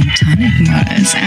Gin Tonic Models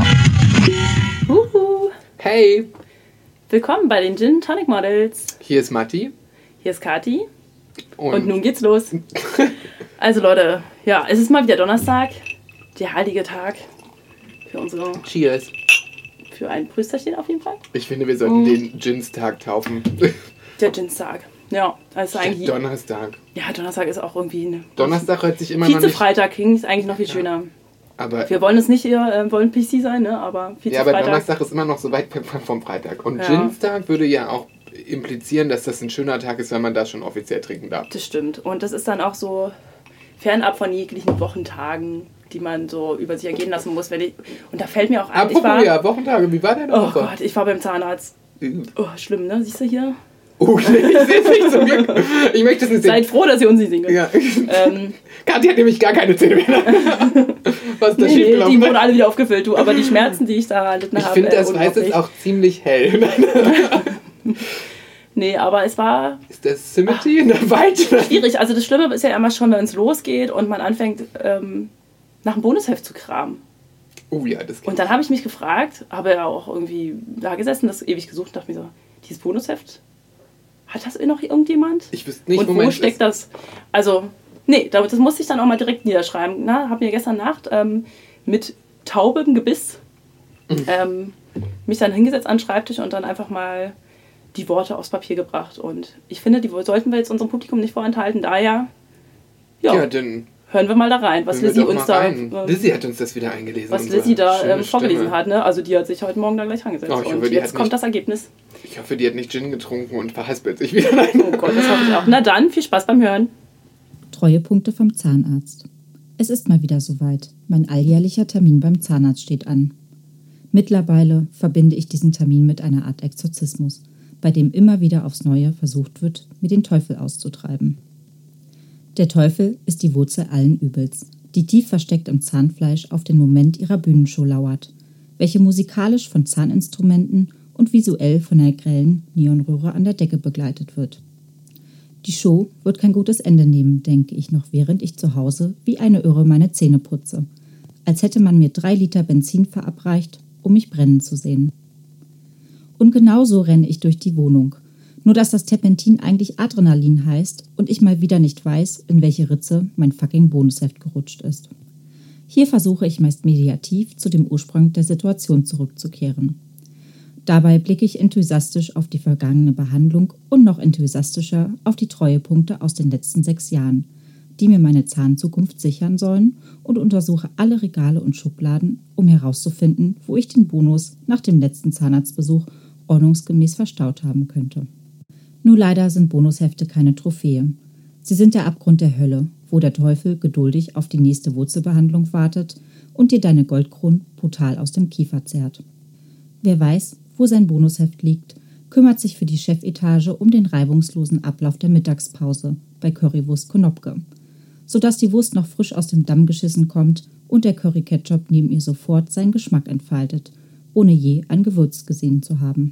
out. Hey! Willkommen bei den Gin Tonic Models. Hier ist Matti. Hier ist Kati. Und nun geht's los. Also Leute, ja, es ist mal wieder Donnerstag. Der heilige Tag für unsere... Cheers. Für ein Prösterchen auf jeden Fall. Ich finde, wir sollten den Ginstag taufen. Der Ginstag. Ja, also eigentlich... Donnerstag. Ja, Donnerstag ist auch irgendwie... eine... Donnerstag hört sich immer noch nicht... Vize-Freitag klingt eigentlich noch viel schöner. Aber wir wollen es nicht hier, wollen PC sein, ne? Aber Vize-Freitag... Ja, aber Donnerstag ist immer noch so weit weg vom Freitag. Und Ginstag würde ja auch implizieren, dass das ein schöner Tag ist, wenn man das schon offiziell trinken darf. Das stimmt. Und das ist dann auch so fernab von jeglichen Wochentagen, die man so über sich ergehen lassen muss. Und da fällt mir auch ein... Apropos, Wochentage, wie war deine Woche? Oh Gott, ich war beim Zahnarzt. Oh, schlimm, ne? Siehst du hier? Oh, ich sehe es nicht so wirklich. Ich möchte es nicht sehen. Seid froh, dass ihr uns nicht sehen könnt. Ja. Kathi hat nämlich gar keine Zähne mehr. Was ist da schiefgelaufen? Die wurden alle wieder aufgefüllt, du. Aber die Schmerzen, die ich da erlitten habe... Ich finde, das Weiß ist auch ziemlich hell. Nee, aber es war... Ist das Symmetry in der Wald? Schwierig. Also das Schlimme ist ja immer schon, wenn es losgeht und man anfängt, nach einem Bonusheft zu kramen. Oh ja, das geht. Und dann habe ich mich gefragt, habe ja auch irgendwie da gesessen, das ewig gesucht und dachte mir so, dieses Bonusheft, hat das noch irgendjemand? Ich wüsste nicht, und wo steckt das? Also, nee, das musste ich dann auch mal direkt niederschreiben. Habe mir gestern Nacht mit taubem Gebiss mich dann hingesetzt an den Schreibtisch und dann einfach mal die Worte aufs Papier gebracht. Und ich finde, die sollten wir jetzt unserem Publikum nicht vorenthalten. Daher, dann hören wir mal da rein, was Lizzie uns da... Lizzie hat uns das wieder eingelesen. Was Lizzie da vorgelesen hat, ne? Also die hat sich heute Morgen da gleich angesetzt. Oh, und jetzt kommt das Ergebnis. Ich hoffe, die hat nicht Gin getrunken und verhaspelt sich wieder. Oh Gott, das hoffe ich auch. Na dann, viel Spaß beim Hören. Treuepunkte vom Zahnarzt. Es ist mal wieder soweit. Mein alljährlicher Termin beim Zahnarzt steht an. Mittlerweile verbinde ich diesen Termin mit einer Art Exorzismus, bei dem immer wieder aufs Neue versucht wird, mir den Teufel auszutreiben. Der Teufel ist die Wurzel allen Übels, die tief versteckt im Zahnfleisch auf den Moment ihrer Bühnenshow lauert, welche musikalisch von Zahninstrumenten und visuell von einer grellen Neonröhre an der Decke begleitet wird. Die Show wird kein gutes Ende nehmen, denke ich noch, während ich zu Hause wie eine Irre meine Zähne putze, als hätte man mir 3 Liter Benzin verabreicht, um mich brennen zu sehen. Und genau so renne ich durch die Wohnung, nur dass das Terpentin eigentlich Adrenalin heißt und ich mal wieder nicht weiß, in welche Ritze mein fucking Bonusheft gerutscht ist. Hier versuche ich meist mediativ zu dem Ursprung der Situation zurückzukehren. Dabei blicke ich enthusiastisch auf die vergangene Behandlung und noch enthusiastischer auf die Treuepunkte aus den letzten 6 Jahren, die mir meine Zahnzukunft sichern sollen, und untersuche alle Regale und Schubladen, um herauszufinden, wo ich den Bonus nach dem letzten Zahnarztbesuch ordnungsgemäß verstaut haben könnte. Nur leider sind Bonushefte keine Trophäe. Sie sind der Abgrund der Hölle, wo der Teufel geduldig auf die nächste Wurzelbehandlung wartet und dir deine Goldkronen brutal aus dem Kiefer zerrt. Wer weiß, wo sein Bonusheft liegt, kümmert sich für die Chefetage um den reibungslosen Ablauf der Mittagspause bei Currywurst Konopke, sodass die Wurst noch frisch aus dem Damm geschissen kommt und der Curry-Ketchup neben ihr sofort seinen Geschmack entfaltet, ohne je ein Gewürz gesehen zu haben.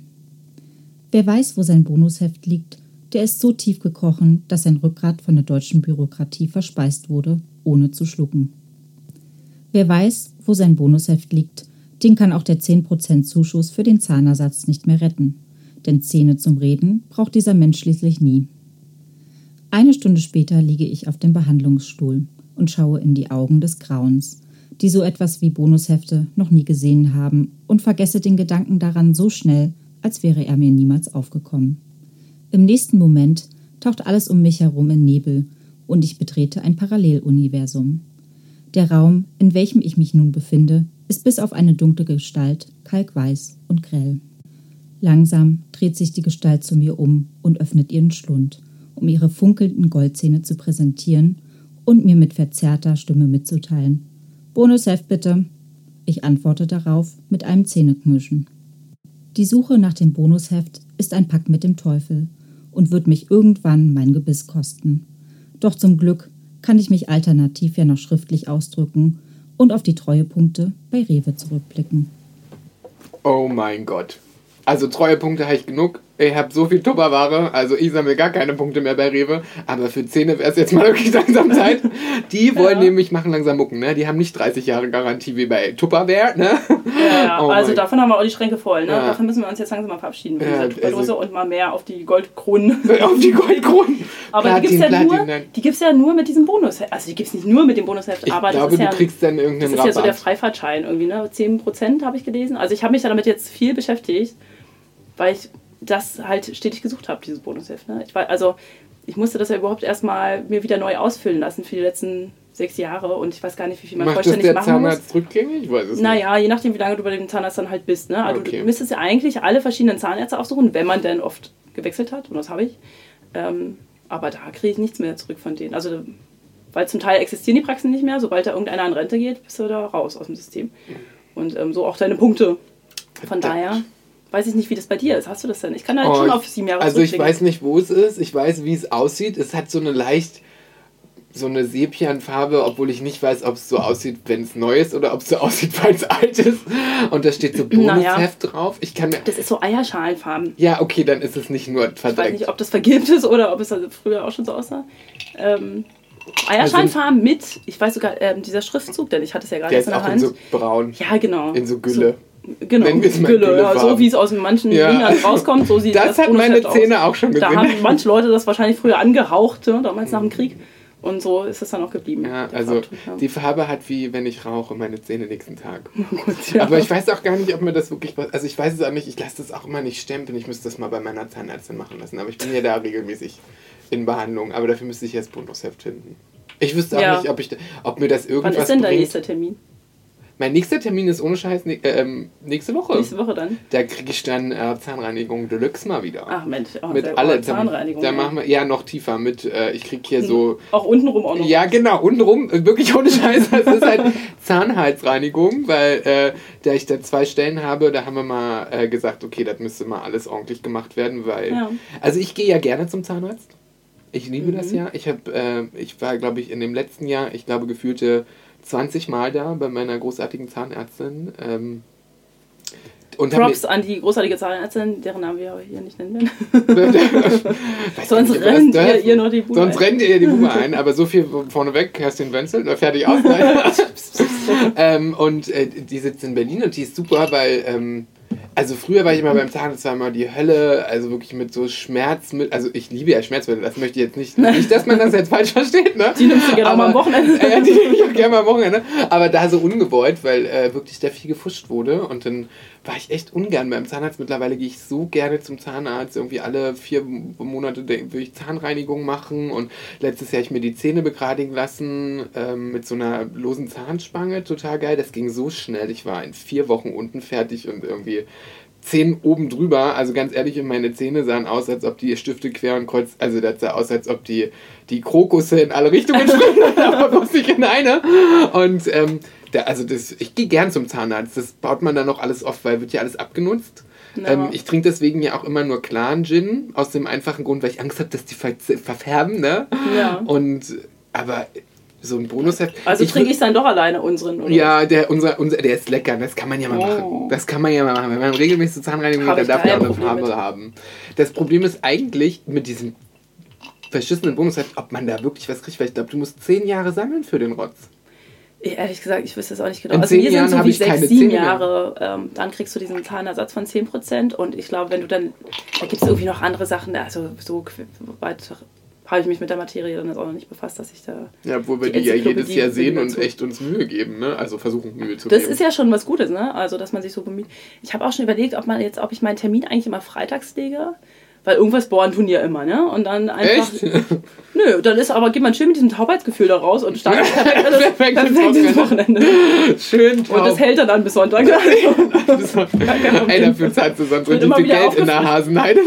Wer weiß, wo sein Bonusheft liegt, der ist so tief gekrochen, dass sein Rückgrat von der deutschen Bürokratie verspeist wurde, ohne zu schlucken. Wer weiß, wo sein Bonusheft liegt, den kann auch der 10% Zuschuss für den Zahnersatz nicht mehr retten, denn Zähne zum Reden braucht dieser Mensch schließlich nie. Eine Stunde später liege ich auf dem Behandlungsstuhl und schaue in die Augen des Grauens, die so etwas wie Bonushefte noch nie gesehen haben, und vergesse den Gedanken daran so schnell, als wäre er mir niemals aufgekommen. Im nächsten Moment taucht alles um mich herum in Nebel und ich betrete ein Paralleluniversum. Der Raum, in welchem ich mich nun befinde, ist bis auf eine dunkle Gestalt kalkweiß und grell. Langsam dreht sich die Gestalt zu mir um und öffnet ihren Schlund, um ihre funkelnden Goldzähne zu präsentieren und mir mit verzerrter Stimme mitzuteilen: »Bonusheft bitte.« Ich antworte darauf mit einem Zähneknirschen. Die Suche nach dem Bonusheft ist ein Pakt mit dem Teufel und wird mich irgendwann mein Gebiss kosten. Doch zum Glück kann ich mich alternativ ja noch schriftlich ausdrücken und auf die Treuepunkte bei Rewe zurückblicken. Oh mein Gott. Also Treuepunkte habe ich genug. Ich habe so viel Tupperware, also ich sammle gar keine Punkte mehr bei Rewe, aber für Zähne wäre es jetzt mal wirklich langsam Zeit. Die wollen nämlich machen langsam Mucken, ne? Die haben nicht 30 Jahre Garantie wie bei Tupperware, ne? Ja, also davon haben wir auch die Schränke voll, ne? Ja. Davon müssen wir uns jetzt langsam mal verabschieden von dieser Tupperdose und mal mehr auf die Goldkronen. Auf die Goldkronen! Aber die gibt's ja nur mit diesem Bonusheft. Also die gibt's nicht nur mit dem Bonusheft, aber ich glaube, du kriegst dann irgendeinen Rabatt. Das ist ja so der Freifahrtschein irgendwie, ne? 10% habe ich gelesen. Also ich habe mich ja damit jetzt viel beschäftigt, weil ich das halt stetig gesucht habe, dieses Bonusheft. Ne? Ich musste das ja überhaupt erstmal mir wieder neu ausfüllen lassen für die letzten 6 Jahre und ich weiß gar nicht, wie viel man vollständig machen muss. Macht das der Zahnarzt rückgängig? Ich weiß es nicht. Naja, je nachdem, wie lange du bei dem Zahnarzt dann halt bist. Ne? Also du müsstest ja eigentlich alle verschiedenen Zahnärzte aufsuchen, wenn man denn oft gewechselt hat, und das habe ich. Aber da kriege ich nichts mehr zurück von denen. Also, weil zum Teil existieren die Praxen nicht mehr. Sobald da irgendeiner an Rente geht, bist du da raus aus dem System. Und so auch deine Punkte. Von daher weiß ich nicht, wie das bei dir ist. Hast du das denn? Ich kann da schon auf 7 Jahre Also ich weiß nicht, wo es ist. Ich weiß, wie es aussieht. Es hat so eine Sepianfarbe, obwohl ich nicht weiß, ob es so aussieht, wenn es neu ist oder ob es so aussieht, weil es alt ist. Und da steht so Bonusheft drauf. Das ist so Eierschalenfarben. Ja, okay, dann ist es nicht nur verdreckt. Ich weiß nicht, ob das vergilbt ist oder ob es also früher auch schon so aussah. Eierschalenfarben mit, ich weiß sogar, dieser Schriftzug, denn ich hatte es ja gerade in der Hand. Der ist auch in so braun. Ja, genau. In so Gülle. Genau, Gülle, ja, so wie es aus manchen Dingern rauskommt, so sieht das hat meine Zähne auch schon gesehen. Da haben manche Leute das wahrscheinlich früher angehaucht, damals nach dem Krieg. Und so ist es dann auch geblieben. Ja, also die Farbe hat wie, wenn ich rauche, meine Zähne nächsten Tag. Gut, ja. Aber ich weiß auch gar nicht, ob mir das wirklich... Also ich weiß es auch nicht, ich lasse das auch immer nicht stempeln. Ich müsste das mal bei meiner Zahnärztin machen lassen. Aber ich bin ja da regelmäßig in Behandlung. Aber dafür müsste ich jetzt Bonusheft finden. Ich wüsste auch nicht, ob mir das irgendwas bringt. Wann ist denn dein nächster Termin? Mein nächster Termin ist ohne Scheiß nächste Woche. Nächste Woche dann? Da kriege ich dann Zahnreinigung Deluxe mal wieder. Ach Mensch, auch mit alle Zahnreinigung. Da machen wir noch tiefer mit. Ich kriege hier so. Auch untenrum auch noch. Ja, genau, untenrum, wirklich ohne Scheiß. Das ist halt Zahnhalsreinigung, weil da ich da 2 Stellen habe, da haben wir mal gesagt, okay, das müsste mal alles ordentlich gemacht werden, weil. Ja. Also ich gehe ja gerne zum Zahnarzt. Ich liebe das ja. Ich war, glaube ich, in dem letzten Jahr, gefühlte 20 Mal da bei meiner großartigen Zahnärztin. Und Props an die großartige Zahnärztin, deren Namen wir hier nicht nennen werden. Sonst rennt ihr noch die Bude ein. Sonst rennt ihr die Bude ein, aber so viel vorneweg, Kerstin Wenzel, fertig aus. Und die sitzt in Berlin und die ist super, weil... Also früher war ich immer beim Zahnarzt, das war immer die Hölle, also wirklich mit so Schmerzmittel, also ich liebe ja Schmerzmittel, das möchte ich jetzt nicht, dass man das jetzt falsch versteht, ne? Die nimmst du gerne auch mal am Wochenende. Ja, die nehme ich auch gerne mal am Wochenende, aber da so ungewollt, weil wirklich da viel gefuscht wurde und dann war ich echt ungern beim Zahnarzt. Mittlerweile gehe ich so gerne zum Zahnarzt, irgendwie alle 4 Monate will ich Zahnreinigung machen und letztes Jahr habe ich mir die Zähne begradigen lassen mit so einer losen Zahnspange, total geil, das ging so schnell, ich war in 4 Wochen unten fertig und irgendwie 10 oben drüber, also ganz ehrlich, meine Zähne sahen aus, als ob die Stifte quer und kreuz, also das sah aus, als ob die Krokusse in alle Richtungen springen, aber bloß nicht in eine. Und ich gehe gern zum Zahnarzt, das baut man dann noch alles auf, weil wird ja alles abgenutzt. Ja. Ich trinke deswegen ja auch immer nur klaren Gin, aus dem einfachen Grund, weil ich Angst habe, dass die verfärben, ne? Ja. Aber so ein Bonusheft. Also trinke ich dann doch alleine unseren, oder? Ja, der ist lecker, das kann man ja mal machen. Das kann man ja mal machen. Wenn man regelmäßig zur Zahnreinigung geht, dann darf man auch eine Farbe haben. Das Problem ist eigentlich mit diesem verschissenen Bonusheft, ob man da wirklich was kriegt, weil ich glaube, du musst 10 Jahre sammeln für den Rotz. Ehrlich gesagt, ich wüsste es auch nicht genau. In Also 10 Jahren habe ich 6, 7 Jahre, dann kriegst du diesen Zahnersatz von 10% und ich glaube, wenn du dann, da gibt es irgendwie noch andere Sachen, also so weit habe ich mich mit der Materie dann jetzt auch noch nicht befasst, dass ich da... Ja, obwohl wir die ja jedes Jahr sehen und echt uns Mühe geben, ne? Also versuchen Mühe zu geben. Das ist ja schon was Gutes, ne? Also, dass man sich so bemüht. Ich habe auch schon überlegt, ob ich meinen Termin eigentlich immer freitags lege, weil irgendwas bohren tun die ja immer, ne? Und dann einfach... Echt? Nö, dann geht man schön mit diesem Taubheitsgefühl da raus und startet perfekt ins Wochenende. Schön taub. Und das hält dann an bis Sonntag. Ey, dafür zahlst du sonst richtig viel Geld in der Hasenheide.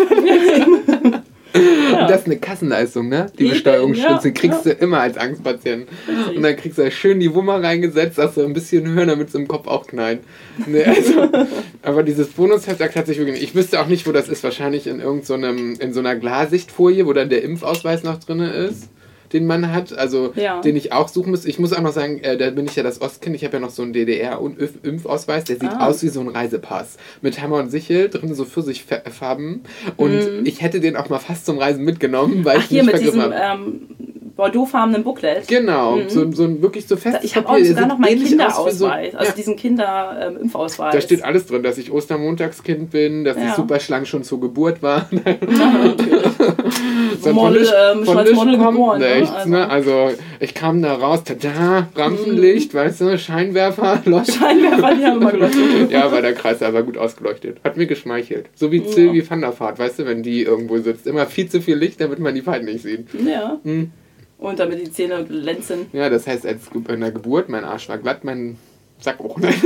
Ja. Und das ist eine Kassenleistung, ne? Die Besteuerungsstütze kriegst du immer als Angstpatient. Richtig. Und dann kriegst du da schön die Wummer reingesetzt, dass du ein bisschen höher, damit es im Kopf auch knallt. Ne, also, aber dieses Bonusheft erklärt sich wirklich nicht. Ich wüsste auch nicht, wo das ist. Wahrscheinlich in so einer Glassichtfolie, wo dann der Impfausweis noch drin ist. den man hat, also den ich auch suchen muss. Ich muss auch noch sagen, da bin ich ja das Ostkind, ich habe ja noch so einen DDR-Impfausweis, der sieht aus wie so ein Reisepass. Mit Hammer und Sichel, drin so Pfirsichfarben. Und ich hätte den auch mal fast zum Reisen mitgenommen, weil ich hier nicht mit vergriffen diesem habe. Bordeaux-farbenen Booklet. Genau, so ein wirklich so festes Ich habe Papier. auch sogar noch meinen Ähnlich aus wie Kinderausweis, also diesen Kinder-Impfausweis. Da steht alles drin, dass ich Ostermontagskind bin, dass ich super schlank schon zur Geburt war. So Model geboren. Nichts, ne? Also ich kam da raus, tada, Rampenlicht, weißt du, Scheinwerfer, Leute. Scheinwerfer, die haben immer geleuchtet. Ja, war der Kreis aber gut ausgeleuchtet. Hat mir geschmeichelt. So wie Sylvie van der Vaart, weißt du, wenn die irgendwo sitzt. Immer viel zu viel Licht, damit man die Falten nicht sieht. Ja. Und damit die Zähne glänzen. Ja, das heißt, als in der Geburt, mein Arsch war glatt, mein Sack auch nicht.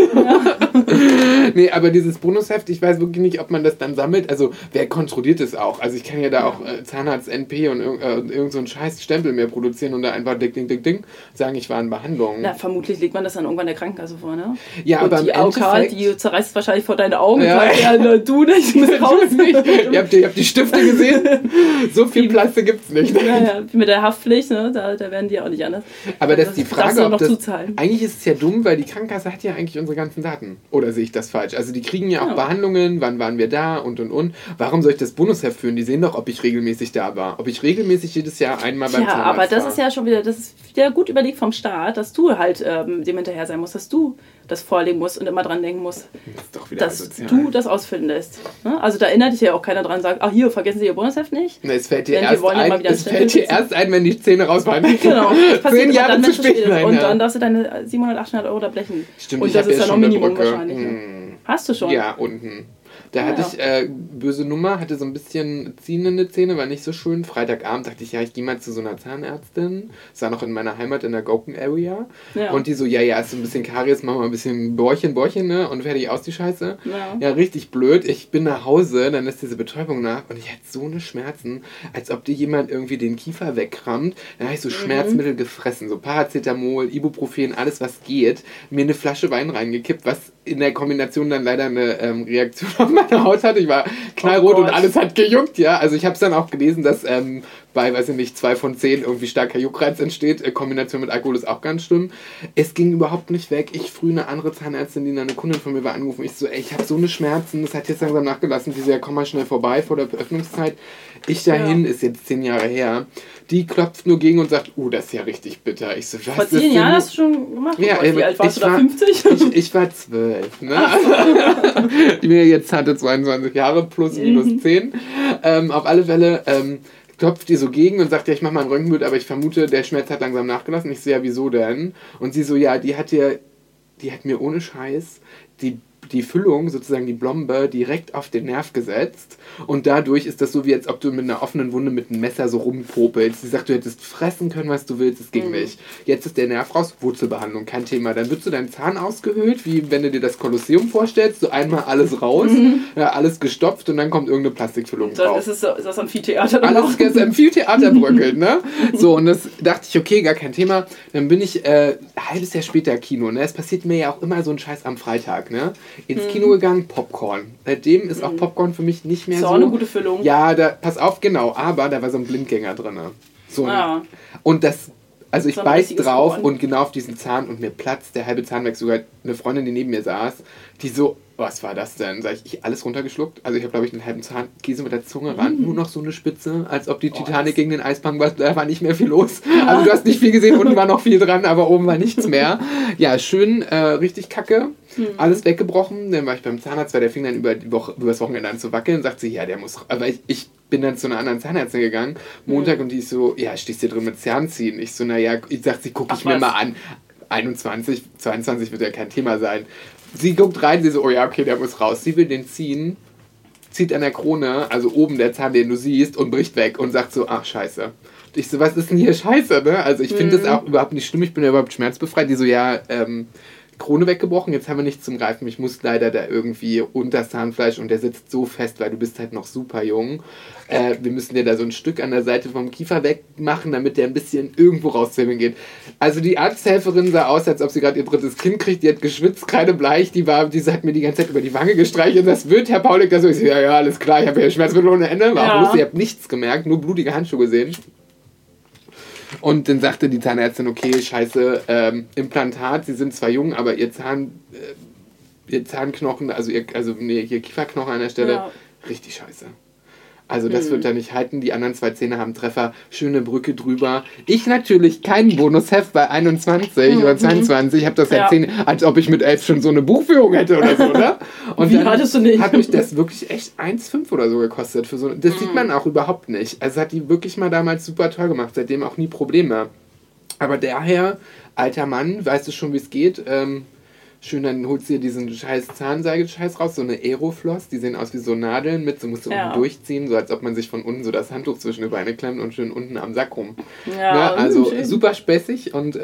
Nee, aber dieses Bonusheft, ich weiß wirklich nicht, ob man das dann sammelt. Also, wer kontrolliert es auch? Also, ich kann ja da auch Zahnarzt NP und irgend so einen scheiß Stempel mehr produzieren und da einfach ding, sagen, ich war in Behandlung. Na, vermutlich legt man das dann irgendwann der Krankenkasse vor, ne? Ja, und aber die AOK, die zerreißt wahrscheinlich vor deine Augen ja. und sagt, ja, du nicht, du musst raus. Ihr habt die Stifte gesehen? So viel Plaste gibt's nicht. Ja, wie mit der Haftpflicht, ne? Da werden die auch nicht anders. Aber das ist die Frage, ob das... Zuzahlen. Eigentlich ist es ja dumm, weil die Krankenkasse hat ja eigentlich unsere ganzen Daten. Oder sehe ich das falsch? Also die kriegen ja auch Behandlungen, wann waren wir da und. Warum soll ich das Bonusheft führen? Die sehen doch, ob ich regelmäßig da war. Ob ich regelmäßig jedes Jahr einmal beim Zahnarzt aber das war. ist ja schon wieder, das ist wieder gut überlegt vom Staat, dass du halt dem hinterher sein musst, dass du das vorlegen musst und immer dran denken musst, das ist doch wieder dass asozial. du das ausfüllen lässt. Ne? Also da erinnert dich ja auch keiner dran und sagt, ach hier, vergessen Sie Ihr Bonusheft nicht. Na, es fällt dir erst ein, wenn die Zähne rausfallen. Genau. 10 Jahre zu spät. Und dann darfst du deine 700, 800 Euro da blechen. Stimmt, und das ist ja noch Minimum Brücke. wahrscheinlich. Ne? Hast du schon? Ja, unten. Da hatte ich böse Nummer, hatte so ein bisschen ziehende Zähne, war nicht so schön. Freitagabend dachte ich, ja, ich gehe mal zu so einer Zahnärztin. Das war noch in meiner Heimat in der Gauken Area. Ja. Und die so, ja, ist so ein bisschen Karies, mach mal ein bisschen Bäuchchen, ne? Und fertig aus die Scheiße. Ja, richtig blöd. Ich bin nach Hause, dann lässt diese Betäubung nach und ich hatte so eine Schmerzen, als ob dir jemand irgendwie den Kiefer wegrammt. Dann habe ich so Schmerzmittel gefressen, so Paracetamol, Ibuprofen, alles was geht. Mir eine Flasche Wein reingekippt, was in der Kombination dann leider eine Reaktion auf meine Haut hatte. Ich war knallrot und alles hat gejuckt, ja. Also ich habe es dann auch gelesen, dass bei, weiß ich nicht, 2 von 10 irgendwie starker Juckreiz entsteht. Kombination mit Alkohol ist auch ganz schlimm. Es ging überhaupt nicht weg. Ich früh eine andere Zahnärztin, die eine Kundin von mir war, angerufen. Ich so, ey, ich habe so eine Schmerzen, das hat jetzt langsam nachgelassen. Die so, ja, komm mal schnell vorbei vor der Öffnungszeit. Ich dahin, ist jetzt 10 Jahre her. Die klopft nur gegen und sagt, das ist ja richtig bitter. Ich so, was vor 10 Jahren hast du schon gemacht? Ja, wie alt warst du da, 50? Ich war 12. Ne? Die mir jetzt hatte 22 Jahre, plus minus 10. Auf alle Fälle klopft die so gegen und sagt, ja, ich mach mal ein Röntgenbild, aber ich vermute, der Schmerz hat langsam nachgelassen. Ich so, ja, wieso denn? Und sie so, ja, die hat mir ohne Scheiß die Füllung, sozusagen die Blombe, direkt auf den Nerv gesetzt und dadurch ist das so, wie als ob du mit einer offenen Wunde mit einem Messer so rumpopelst. Sie sagt, du hättest fressen können, was du willst, es ging nicht. Jetzt ist der Nerv raus, Wurzelbehandlung, kein Thema. Dann wird so dein Zahn ausgehöhlt, wie wenn du dir das Kolosseum vorstellst, so einmal alles raus, ja, alles gestopft und dann kommt irgendeine Plastikfüllung drauf. Dann ist das Amphitheater. Alles das Amphitheater bröckelt, ne? So, und das dachte ich, okay, gar kein Thema. Dann bin ich ein halbes Jahr später Kino, ne? Es passiert mir ja auch immer so ein Scheiß am Freitag, ne? Ins Kino gegangen, Popcorn. Seitdem ist auch Popcorn für mich nicht mehr so... Ist auch eine gute Füllung. Ja, pass auf, genau. Aber da war so ein Blindgänger drin. So und das... Also ich beiß drauf und genau auf diesen Zahn und mir platzt der halbe Zahn weg. Sogar eine Freundin, die neben mir saß, die so, was war das denn? Sag ich alles runtergeschluckt. Also ich habe, glaube ich, einen halben Zahn, Käse mit der Zunge ran, nur noch so eine Spitze, als ob die Titanic gegen den Eisbank war. Da war nicht mehr viel los. Also du hast nicht viel gesehen, unten war noch viel dran, aber oben war nichts mehr. Ja, schön, richtig kacke. Alles weggebrochen. Dann war ich beim Zahnarzt, weil der fing dann über das Wochenende an zu wackeln. Sagt sie, ja, der muss... Aber ich bin dann zu einer anderen Zahnärztin gegangen, Montag, und die ist so, ja, stehst hier drin mit Zahnziehen? Ich so, naja, ich sag, sie gucke ich mir mal an. 21, 22 wird ja kein Thema sein. Sie guckt rein, sie so, oh ja, okay, der muss raus. Sie will den ziehen, zieht an der Krone, also oben der Zahn, den du siehst, und bricht weg und sagt so, ach, scheiße. Ich so, was ist denn hier scheiße, ne? Also ich finde das auch überhaupt nicht schlimm, ich bin ja überhaupt schmerzbefreit. Die so, ja, Krone weggebrochen, jetzt haben wir nichts zum Greifen, ich muss leider da irgendwie unter das Zahnfleisch und der sitzt so fest, weil du bist halt noch super jung. Wir müssen dir da so ein Stück an der Seite vom Kiefer wegmachen, damit der ein bisschen irgendwo rauszwirbeln geht. Also die Arzthelferin sah aus, als ob sie gerade ihr 3. Kind kriegt, die hat geschwitzt, kreidebleich, die hat mir die ganze Zeit über die Wange gestreichelt, das wird, Herr Paulik, das so. Ich so, ja, alles klar, ich habe ja Schmerzmittel ohne Ende, war auch lustig, ich habe nichts gemerkt, nur blutige Handschuhe gesehen. Und dann sagte die Zahnärztin, okay, scheiße, Implantat, sie sind zwar jung, aber ihr Zahnknochen, hier Kieferknochen an der Stelle, richtig scheiße. Also das wird da nicht halten. Die anderen 2 Zähne haben Treffer, schöne Brücke drüber. Ich natürlich keinen Bonusheft bei 21 oder 22. Ich habe das erzählt, als ob ich mit 11 schon so eine Buchführung hätte oder so, ne? Und Wie dann hattest du nicht? hat mich das wirklich echt 1,5 oder so gekostet. Das sieht man auch überhaupt nicht. Also hat die wirklich mal damals super toll gemacht. Seitdem auch nie Probleme. Aber daher, alter Mann, weißt du schon, wie es geht? Schön, dann holst du dir diesen scheiß Zahnseide-Scheiß raus, so eine Aerofloss, die sehen aus wie so Nadeln mit, so musst du unten durchziehen, so als ob man sich von unten so das Handtuch zwischen die Beine klemmt und schön unten am Sack rum. Ja, ne? Also super späßig und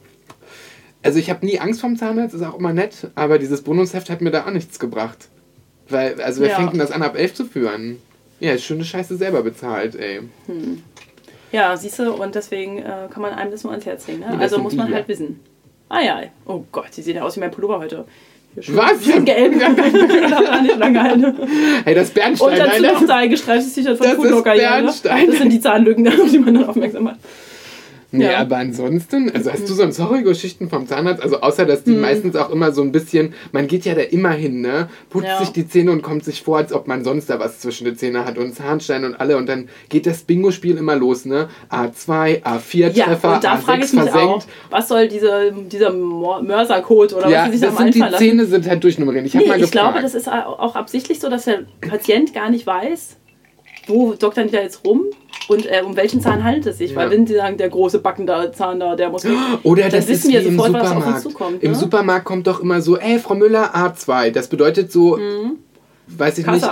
also ich habe nie Angst vorm Zahnarzt, ist auch immer nett, aber dieses Bonusheft hat mir da auch nichts gebracht. Weil, also wer fängt denn das an, ab 11 zu führen? Ja, ist schöne Scheiße selber bezahlt, ey. Ja, siehst du, und deswegen kann man einem das nur ans Herz legen, ne? Also muss man halt wissen. Ah ja, oh Gott, die sieht ja aus wie mein Pullover heute. Schön, was? Schön gelb. Nicht lange halten. Hey, das Bernstein. Und dazu noch ein gestreiftes T-Shirt von Foodlocker. Das sind die Zahnlücken, auf die man dann aufmerksam macht. Nee, aber ansonsten, also hast du sonst Horrorgeschichten vom Zahnarzt? Also außer, dass die meistens auch immer so ein bisschen, man geht ja da immer hin, ne? Putzt sich die Zähne und kommt sich vor, als ob man sonst da was zwischen den Zähnen hat und Zahnstein und alle und dann geht das Bingo-Spiel immer los, ne? A2, A4 Treffer, und da A6 frage ich mich versenkt. auch, was soll dieser Mörsercode oder was die sich da mal die einfallen lassen? Zähne sind halt durchnummeriert. Ich glaube, das ist auch absichtlich so, dass der Patient gar nicht weiß, wo doktern die da jetzt rum und um welchen Zahn handelt es sich. Weil wenn sie sagen, der große backende Zahn da, der muss weg, oder das wissen ist wir wie sofort, im was Supermarkt. auf uns zukommt. Im Supermarkt kommt doch immer so, Frau Müller, A2. Das bedeutet so, weiß ich Kasse nicht,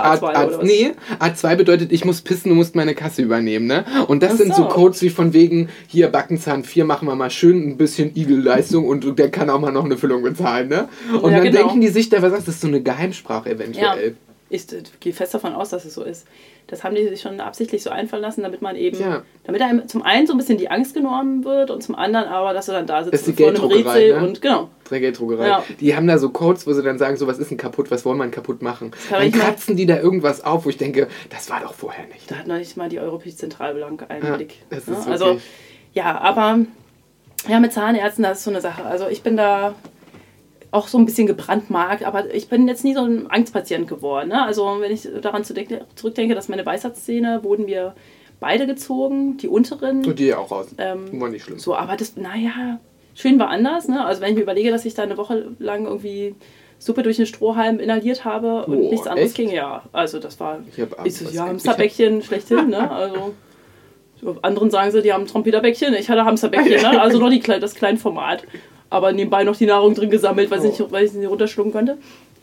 A2 bedeutet, ich muss pissen, du musst meine Kasse übernehmen, ne? Und das sind so Codes wie von wegen, hier Backenzahn 4 machen wir mal schön ein bisschen Igelleistung und der kann auch mal noch eine Füllung bezahlen, ne? Und dann denken die sich da, was das ist so eine Geheimsprache eventuell. Ja. Ich gehe fest davon aus, dass es so ist. Das haben die sich schon absichtlich so einfallen lassen, damit man eben, damit einem zum einen so ein bisschen die Angst genommen wird und zum anderen aber, dass du dann da sitzt vor einem Rätsel, ne? Und genau. Gelddruckerei. Ja. Die haben da so Codes, wo sie dann sagen, so was ist denn kaputt, was wollen wir kaputt machen? Dann kratzen die da irgendwas auf, wo ich denke, das war doch vorher nicht. Da hat noch nicht mal die Europäische Zentralbank einen Blick. Das ist also, aber mit Zahnärzten, das ist so eine Sache. Also ich bin da auch so ein bisschen gebrandmarkt, aber ich bin jetzt nie so ein Angstpatient geworden. Ne? Also wenn ich daran zurückdenke, dass meine Weisheitszähne wurden mir beide gezogen, die unteren. Und die auch raus. War nicht schlimm. So, aber das, schön war anders. Ne? Also wenn ich mir überlege, dass ich da eine Woche lang irgendwie Suppe durch einen Strohhalm inhaliert habe und nichts anderes ging, also das war Hamsterbäckchen schlechthin. Ne? Also anderen sagen sie, die haben Trompeterbäckchen, ich hatte Hamsterbäckchen, ne? Also noch das kleine Format. Aber nebenbei noch die Nahrung drin gesammelt, weil ich sie nicht runterschlucken konnte.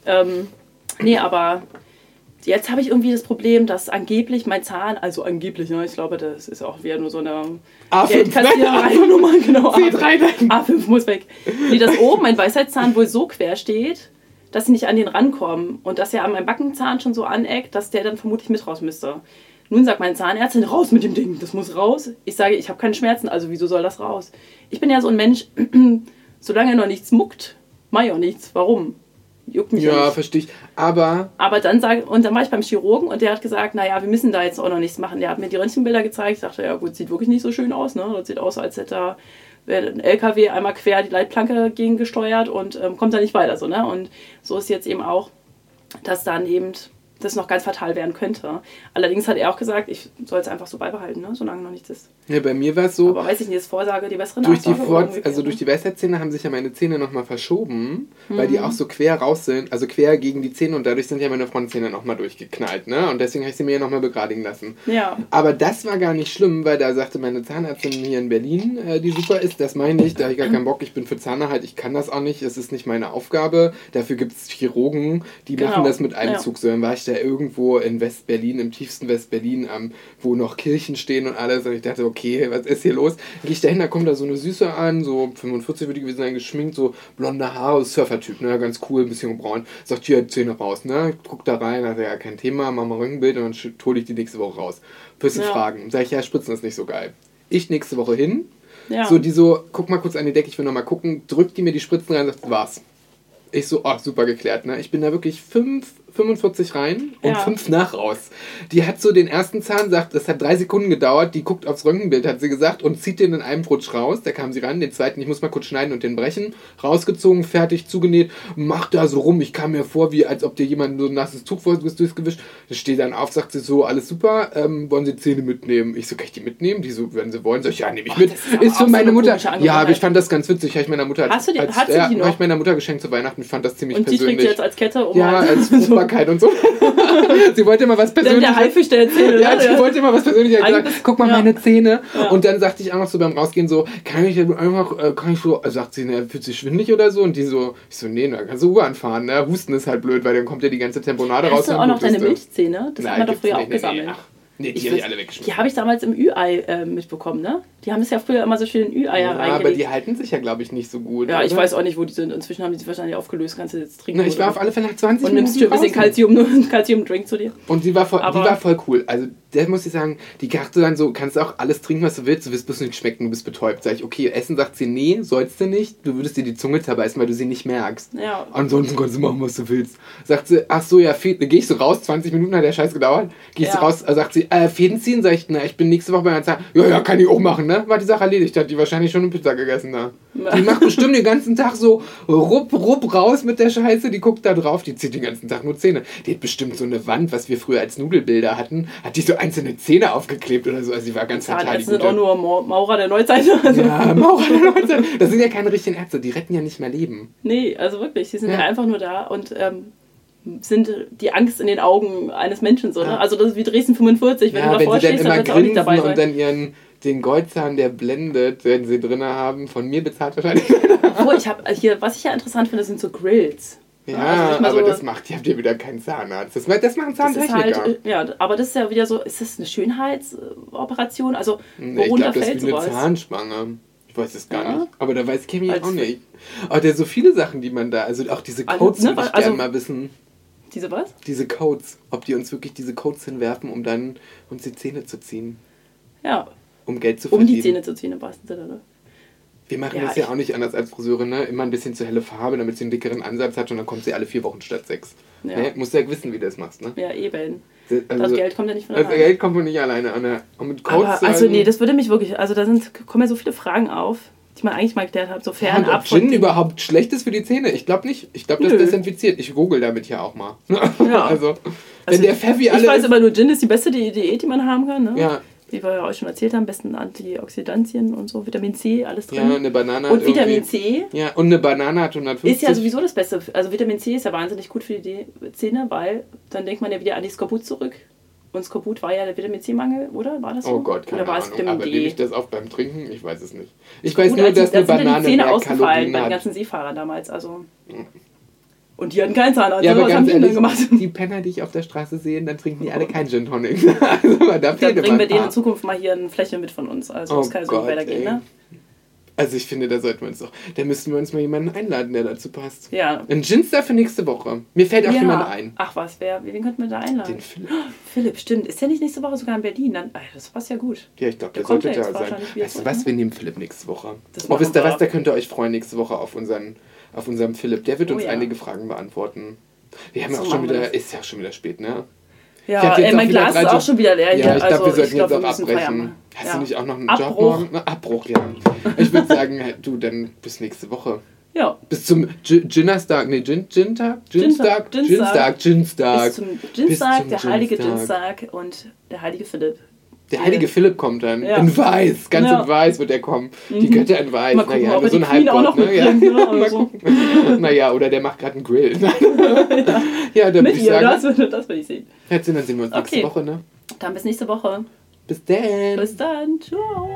Aber jetzt habe ich irgendwie das Problem, dass angeblich mein Zahn, also angeblich, ne, ich glaube, das ist auch wieder nur so eine Geldkassiererei-Nummer, genau. A5 muss weg. Nee, dass oben mein Weisheitszahn wohl so quer steht, dass sie nicht an den rankommen und dass er an meinem Backenzahn schon so aneckt, dass der dann vermutlich mit raus müsste. Nun sagt meine Zahnärztin, raus mit dem Ding, das muss raus. Ich sage, ich habe keine Schmerzen, also wieso soll das raus? Ich bin ja so ein Mensch, solange noch nichts muckt, mach ich auch nichts. Warum? Juckt mich ja nicht. Verstehe ich. Aber dann war ich beim Chirurgen und der hat gesagt, naja, wir müssen da jetzt auch noch nichts machen. Der hat mir die Röntgenbilder gezeigt. Ich dachte, ja gut, sieht wirklich nicht so schön aus. Ne? Das sieht aus, als hätte da ein LKW einmal quer die Leitplanke gegen gesteuert und kommt da nicht weiter. So, ne? Und so ist jetzt eben auch, dass dann eben das noch ganz fatal werden könnte. Allerdings hat er auch gesagt, ich soll es einfach so beibehalten, ne? Solange noch nichts ist. Ja, bei mir war es so... Aber weiß ich nicht, ist Vorsage die bessere Durch die Weisheitszähne haben sich ja meine Zähne nochmal verschoben, weil die auch so quer raus sind, also quer gegen die Zähne und dadurch sind ja meine Frontzähne nochmal durchgeknallt, ne? Und deswegen habe ich sie mir ja nochmal begradigen lassen. Ja. Aber das war gar nicht schlimm, weil da sagte meine Zahnärztin hier in Berlin, die super ist, das meine ich, da habe ich gar keinen Bock, ich bin für Zahnerhalt, ich kann das auch nicht, es ist nicht meine Aufgabe, dafür gibt es Chirurgen, die machen das mit einem Zug. So, dann war ich da irgendwo in West-Berlin, im tiefsten West-Berlin, wo noch Kirchen stehen und alles und ich dachte, okay, was ist hier los? Dann gehe ich da hin, da kommt da so eine Süße an, so 45 würde ich gewesen sein, geschminkt, so blonde Haare, Surfer-Typ, ne, ganz cool, ein bisschen braun, sagt, hier, Zähne raus, ne, guck da rein, hat ja kein Thema, mach mal Röntgenbild und dann hole ich die nächste Woche raus. Wirst du fragen, sag ich, ja, Spritzen ist nicht so geil. Ich nächste Woche hin, guck mal kurz an die Decke, ich will noch mal gucken, drückt die mir die Spritzen rein und sagt, war's. Ich so, super geklärt, ne? Ich bin da wirklich 5 45 rein und Ja. 5 nach raus. Die hat so den ersten Zahn, sagt, das hat 3 Sekunden gedauert, die guckt aufs Röntgenbild, hat sie gesagt, und zieht den in einem Rutsch raus. Da kam sie ran, den zweiten, ich muss mal kurz schneiden und den brechen. Rausgezogen, fertig, zugenäht, macht da so rum. Ich kam mir vor, wie als ob dir jemand so ein nasses Tuch durchgewischt. Das steht dann auf, sagt sie so, alles super, wollen Sie Zähne mitnehmen? Ich so, kann ich die mitnehmen? Die so, wenn sie wollen, sag ich, ja, nehme ich mit. das ist aber Ist auch für so meine eine Mutter. komische Ja, aber Angewohnheit. ich fand das ganz witzig. Habe ich meiner Mutter Hast du die- hat sie die noch? habe ich meiner Mutter geschenkt zu Weihnachten. Ich fand das ziemlich Und die persönlich. trägt sie jetzt als Kette um. Ja, als Fruchtbarkeit und so. Sie wollte immer was Denn Persönliches. der Haifisch der Zähne. Ja, ich wollte immer was Persönliches. Ich gesagt, guck mal, Ja. meine Zähne. Ja. Und dann sagte ich auch noch so beim Rausgehen so, kann ich so, sagt sie, ne, fühlt sich schwindelig oder so? Und die so, ich so, nee, da kannst du U-Bahn fahren, ne? Husten ist halt blöd, weil dann kommt ja die ganze Temponade raus. Hast du und auch noch blutest deine du. Milchzähne? Das haben wir doch gibt's früher nicht. auch gesammelt. Nee, die Ich habe ich weiß- alle weggeschmissen. Die habe ich damals im Ü-Ei mitbekommen, ne? Die haben es ja früher immer so schön in Ü-Eier Ja, aber reingelegt. die halten sich ja, glaube ich, nicht so gut. Ja, ich oder? weiß auch nicht, wo die sind. Inzwischen haben die sich wahrscheinlich aufgelöst. Kannst du jetzt trinken? Na, ich war auf alle Fälle nach 20 und Minuten nimmst dir ein bisschen draußen. Calcium-Drink zu dir. Und die war Aber- voll cool. Also, der muss ich sagen, die dachte dann so, kannst du auch alles trinken, was du willst, du wirst bloß nicht schmecken, du bist betäubt. Sag ich, okay, essen, sagt sie, nee, sollst du nicht, du würdest dir die Zunge zerbeißen, weil du sie nicht merkst. Ja. Ansonsten kannst du machen, was du willst. Sagt sie, ach so, ja, Fäden, dann geh ich so raus, 20 Minuten hat der Scheiß gedauert, gehst Ja. du raus, sagt sie, Fäden ziehen, sag ich, na, ich bin nächste Woche bei einer Zahl. Ja, kann ich auch machen, ne? War die Sache erledigt, hat die wahrscheinlich schon eine Pizza gegessen da. Die macht bestimmt den ganzen Tag so rupp raus mit der Scheiße, die guckt da drauf, die zieht den ganzen Tag nur Zähne. Die hat bestimmt so eine Wand, was wir früher als Nudelbilder hatten, hat die so einzelne Zähne aufgeklebt oder so, also die war ganz fatal. Zahnärzte die sind auch Gute. nur Maurer der Neuzeit. Also, Ja, Maurer der Neuzeit. Das sind ja keine richtigen Ärzte, die retten ja nicht mehr Leben. nee, also wirklich, die sind ja Ja. einfach nur da und sind die Angst in den Augen eines Menschen so, ne? Ja. Also das ist wie Dresden 45, wenn Ja, du wenn davor sie dann stehst, immer dann kannst du auch nicht dabei grinsen sein. und dann den Goldzahn, der blendet, den sie drin haben, von mir bezahlt wahrscheinlich. Obwohl, ich habe hier, was ich ja interessant finde, sind so Grills. Ja, Also nicht mal aber so- das macht, ihr habt ja wieder keinen Zahnarzt. Das machen Das ist Zahntechniker. halt, ja, aber das ist ja wieder so, ist das eine Schönheitsoperation? Also, Nee, ich worunter glaube, das fällt ist wie eine sowas? Zahnspange. Ich weiß es gar Ja. nicht. Aber da weiß Kimi Als- auch nicht. Aber da so viele Sachen, die man da, also auch diese Also, Codes, ne, würde ich also- gerne mal wissen. Diese was? Diese Codes. Ob die uns wirklich diese Codes hinwerfen, um dann uns die Zähne zu ziehen. Ja, Um Geld zu um verdienen. die Zähne zu ziehen im wahrsten Sinne, ne? Wir machen Ja, das ja auch nicht anders als Friseure, ne? Immer ein bisschen zu helle Farbe, damit sie einen dickeren Ansatz hat und dann kommt sie alle 4 Wochen statt 6. Ja. Ne? Musst du ja wissen, wie du das machst, ne? Ja, eben. Also, Das Geld kommt ja nicht von das alleine. Geld kommt wohl nicht alleine an. Und mit Codes Aber, also nee, das würde mich wirklich, also da kommen ja so viele Fragen auf, die man eigentlich mal geklärt hat, so ja, und fernab ob Gin dem- überhaupt schlecht ist für die Zähne? Ich glaube nicht. Ich glaube, das Nö. desinfiziert. Ich google damit ja auch mal. Ja. Also, wenn Also, der Pfeffi ich alle weiß ist, immer nur, Gin ist die beste Diät, die man haben kann, ne? ja, Wie wir ja euch schon erzählt haben, besten Antioxidantien und so, Vitamin C, alles drin. ja, eine Banane und hat Vitamin irgendwie- C Ja, und eine Banane hat 150. ist ja sowieso das Beste. Also Vitamin C ist ja wahnsinnig gut für die Zähne, weil dann denkt man ja wieder an die Skorbut zurück. Und Skorbut war ja der Vitamin C-Mangel, oder? War das so? Oh Gott, keine Oder war es Ahnung. Vitamin Aber D? nehme ich das auch beim Trinken? Ich weiß es nicht. Ich weiß Gut, nur, als dass da eine sind ja Banane die Zähne mehr ausgefallen Kalorien bei den hat. ganzen Seefahrern damals. Also. Und die hatten keinen Zahnarzt. Ja, aber was haben ganz die denn ehrlich, gemacht? die Penner, die ich auf der Straße sehe, dann trinken die alle kein Gin Tonic. Also, da Dann fehlt bringen immer wir ein denen paar. in Zukunft mal hier eine Fläche mit von uns. Also das kann so nicht weitergehen, ey. ne? Also ich finde, da sollten wir uns doch, da müssten wir uns mal jemanden einladen, der dazu passt. Ja. Ein Ginster für nächste Woche. Mir fällt auch Ja. jemand ein. Ach was, wen könnten wir da einladen? Den Philipp. Philipp, stimmt. Ist der nicht nächste Woche sogar in Berlin? Dann, das passt ja gut. Ja, ich glaube, der Der kommt sollte ja da jetzt sein. wahrscheinlich wieder Weißt du zurück, was, ne? wir nehmen Philipp nächste Woche. Das Oh, machen wisst ihr wir. was, da könnt ihr euch freuen nächste Woche auf unserem Philipp. Der wird uns Oh ja. einige Fragen beantworten. Wir haben So auch schon machen wir wieder, das. ist ja auch schon wieder spät, ne? Ich Ja, hab jetzt auch mein wieder Glas 3 ist auch Jobs. schon wieder leer. Ja, hier. ich glaube, wir sollten jetzt wir auch müssen abbrechen. Feierabend. Hast Ja. du nicht auch noch einen Job Abbruch. morgen? Na, Abbruch, ja. Ich würde sagen, du, dann bis nächste Woche. Ja. Bis zum Ginnerstag, nee, Gintag? Ginstag? Ginstag. Ginstag. Bis zum Dienstag, zum der heilige Dienstag. Dienstag und der heilige Philipp. Der heilige Philipp kommt dann. Ja. In weiß, ganz Ja. in weiß wird er kommen. Die Götter in weiß. Mal gucken, naja, ob nur er so die ein Queen auch noch Halbgott, ne? Ja. mitbringt. Ne? Mal Also. gucken. Naja, oder der macht gerade einen Grill. Ja, dann Mit würde ich ihr, sagen, das will ich sehen. jetzt dann sehen wir uns nächste Okay. Woche, ne? Dann bis nächste Woche. Bis dann. Bis dann. Ciao.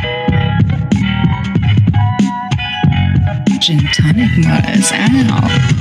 Gin Tonic Models out.